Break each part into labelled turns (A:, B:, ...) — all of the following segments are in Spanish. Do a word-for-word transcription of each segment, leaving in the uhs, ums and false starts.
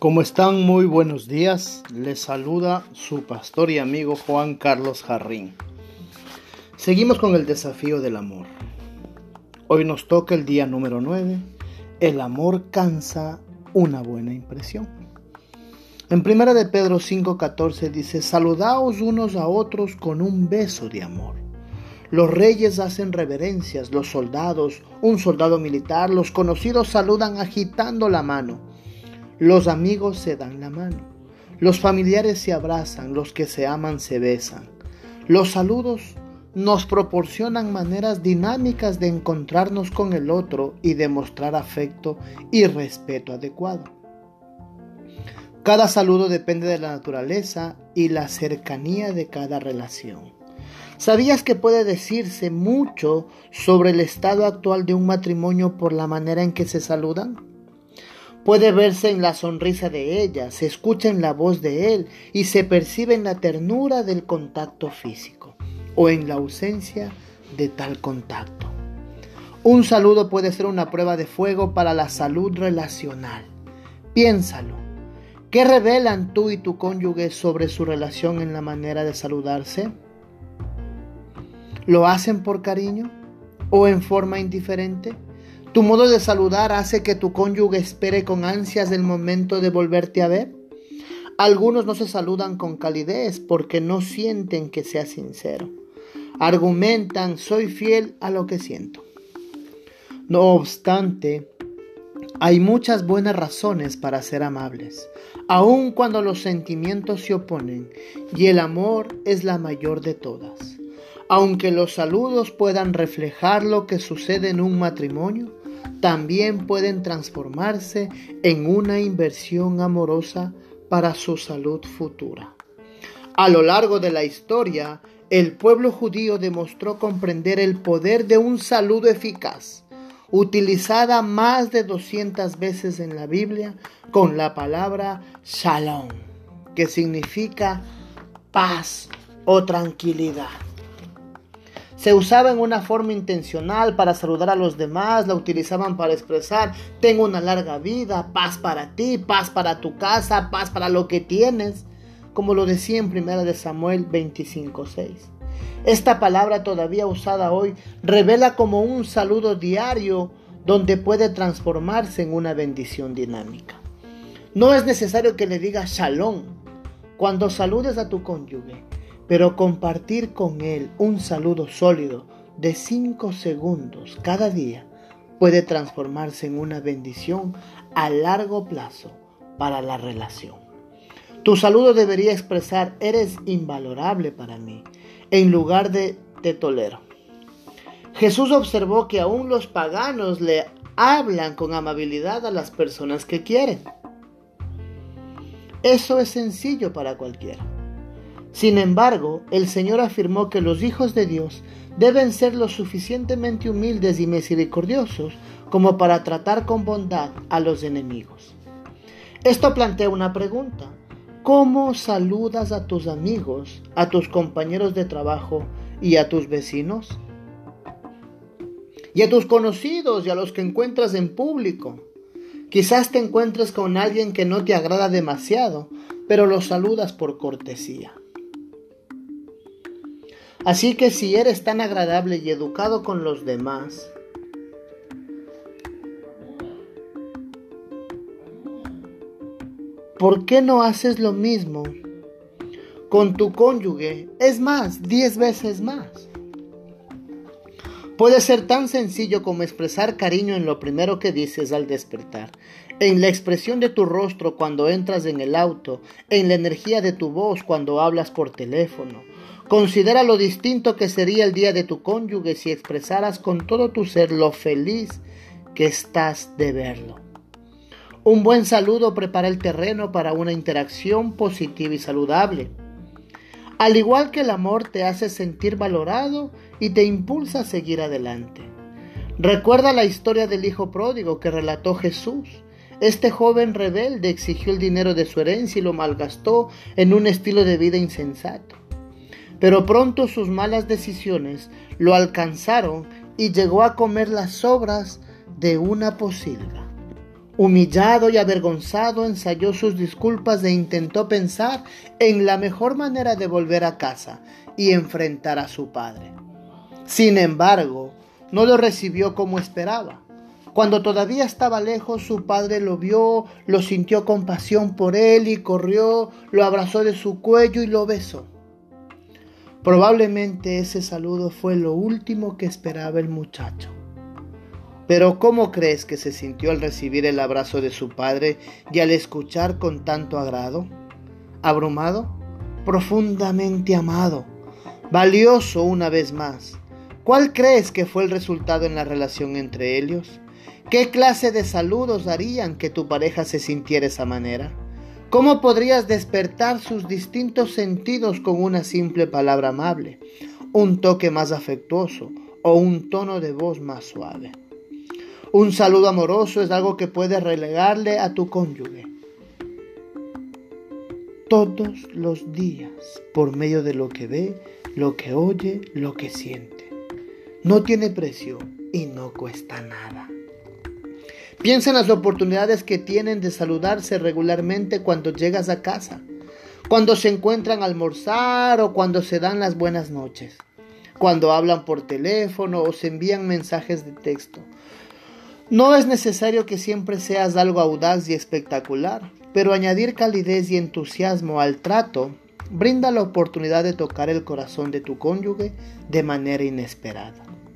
A: ¿Cómo están? Muy buenos días. Les saluda su pastor y amigo Juan Carlos Jarrín. Seguimos con el desafío del amor. Hoy nos toca el día número nueve. El amor cansa una buena impresión. En primera de Pedro cinco catorce dice: saludaos unos a otros con un beso de amor. Los reyes hacen reverencias, los soldados, un soldado militar, los conocidos saludan agitando la mano. Los amigos se dan la mano, los familiares se abrazan, los que se aman se besan. Los saludos nos proporcionan maneras dinámicas de encontrarnos con el otro y demostrar afecto y respeto adecuado. Cada saludo depende de la naturaleza y la cercanía de cada relación. ¿Sabías que puede decirse mucho sobre el estado actual de un matrimonio por la manera en que se saludan? Puede verse en la sonrisa de ella, se escucha en la voz de él y se percibe en la ternura del contacto físico o en la ausencia de tal contacto. Un saludo puede ser una prueba de fuego para la salud relacional. Piénsalo. ¿Qué revelan tú y tu cónyuge sobre su relación en la manera de saludarse? ¿Lo hacen por cariño o en forma indiferente? ¿Tu modo de saludar hace que tu cónyuge espere con ansias el momento de volverte a ver? Algunos no se saludan con calidez porque no sienten que sea sincero. Argumentan: soy fiel a lo que siento. No obstante, hay muchas buenas razones para ser amables, aun cuando los sentimientos se oponen, y el amor es la mayor de todas. Aunque los saludos puedan reflejar lo que sucede en un matrimonio, también pueden transformarse en una inversión amorosa para su salud futura. A lo largo de la historia, el pueblo judío demostró comprender el poder de un saludo eficaz, utilizada más de doscientas veces en la Biblia con la palabra shalom, que significa paz o tranquilidad. Se usaba en una forma intencional para saludar a los demás, la utilizaban para expresar: tengo una larga vida, paz para ti, paz para tu casa, paz para lo que tienes, como lo decía en primera de Samuel veinticinco seis. Esta palabra, todavía usada hoy, revela como un saludo diario donde puede transformarse en una bendición dinámica. No es necesario que le digas shalom cuando saludes a tu cónyuge, pero compartir con él un saludo sólido de cinco segundos cada día puede transformarse en una bendición a largo plazo para la relación. Tu saludo debería expresar: eres invalorable para mí, en lugar de te tolero. Jesús observó que aún los paganos le hablan con amabilidad a las personas que quieren. Eso es sencillo para cualquiera. Sin embargo, el Señor afirmó que los hijos de Dios deben ser lo suficientemente humildes y misericordiosos como para tratar con bondad a los enemigos. Esto plantea una pregunta: ¿cómo saludas a tus amigos, a tus compañeros de trabajo y a tus vecinos? Y a tus conocidos y a los que encuentras en público. Quizás te encuentres con alguien que no te agrada demasiado, pero lo saludas por cortesía. Así que si eres tan agradable y educado con los demás, ¿por qué no haces lo mismo con tu cónyuge? Es más, diez veces más. Puede ser tan sencillo como expresar cariño en lo primero que dices al despertar, en la expresión de tu rostro cuando entras en el auto, en la energía de tu voz cuando hablas por teléfono. Considera lo distinto que sería el día de tu cónyuge si expresaras con todo tu ser lo feliz que estás de verlo. Un buen saludo prepara el terreno para una interacción positiva y saludable. Al igual que el amor te hace sentir valorado y te impulsa a seguir adelante. Recuerda la historia del hijo pródigo que relató Jesús. Este joven rebelde exigió el dinero de su herencia y lo malgastó en un estilo de vida insensato. Pero pronto sus malas decisiones lo alcanzaron y llegó a comer las sobras de una pocilga. Humillado y avergonzado, ensayó sus disculpas e intentó pensar en la mejor manera de volver a casa y enfrentar a su padre. Sin embargo, no lo recibió como esperaba. Cuando todavía estaba lejos, su padre lo vio, lo sintió compasión por él y corrió, lo abrazó de su cuello y lo besó. Probablemente ese saludo fue lo último que esperaba el muchacho. Pero ¿cómo crees que se sintió al recibir el abrazo de su padre y al escuchar con tanto agrado? ¿Abrumado? Profundamente amado, valioso una vez más. ¿Cuál crees que fue el resultado en la relación entre ellos? ¿Qué clase de saludos harían que tu pareja se sintiera de esa manera? ¿Cómo podrías despertar sus distintos sentidos con una simple palabra amable, un toque más afectuoso o un tono de voz más suave? Un saludo amoroso es algo que puedes relegarle a tu cónyuge todos los días por medio de lo que ve, lo que oye, lo que siente. No tiene precio y no cuesta nada. Piensa en las oportunidades que tienen de saludarse regularmente cuando llegas a casa, cuando se encuentran a almorzar o cuando se dan las buenas noches, cuando hablan por teléfono o se envían mensajes de texto. No es necesario que siempre seas algo audaz y espectacular, pero añadir calidez y entusiasmo al trato brinda la oportunidad de tocar el corazón de tu cónyuge de manera inesperada.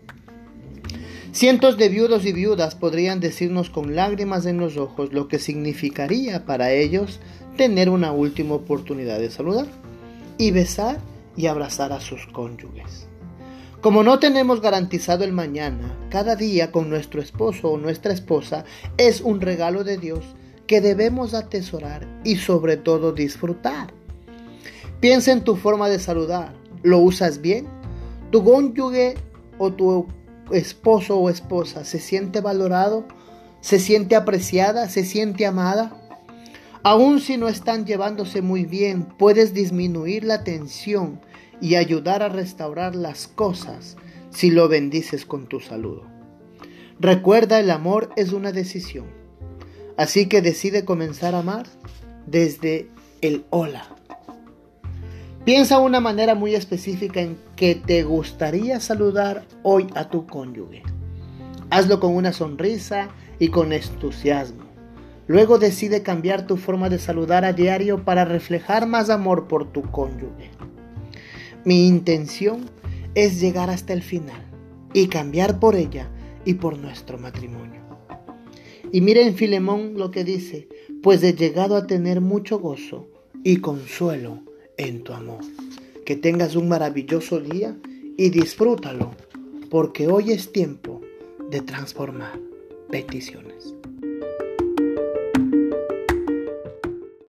A: Cientos de viudos y viudas podrían decirnos con lágrimas en los ojos lo que significaría para ellos tener una última oportunidad de saludar y besar y abrazar a sus cónyuges. Como no tenemos garantizado el mañana, cada día con nuestro esposo o nuestra esposa es un regalo de Dios que debemos atesorar y sobre todo disfrutar. Piensa en tu forma de saludar. ¿Lo usas bien? ¿Tu cónyuge o tu esposo o esposa se siente valorado? ¿Se siente apreciada? ¿Se siente amada? Aun si no están llevándose muy bien, puedes disminuir la tensión y ayudar a restaurar las cosas si lo bendices con tu saludo. Recuerda, el amor es una decisión. Así que decide comenzar a amar desde el hola. Piensa una manera muy específica en que te gustaría saludar hoy a tu cónyuge. Hazlo con una sonrisa y con entusiasmo. Luego decide cambiar tu forma de saludar a diario para reflejar más amor por tu cónyuge. Mi intención es llegar hasta el final y cambiar por ella y por nuestro matrimonio. Y miren Filemón lo que dice: pues he llegado a tener mucho gozo y consuelo en tu amor. Que tengas un maravilloso día y disfrútalo, porque hoy es tiempo de transformar. Peticiones.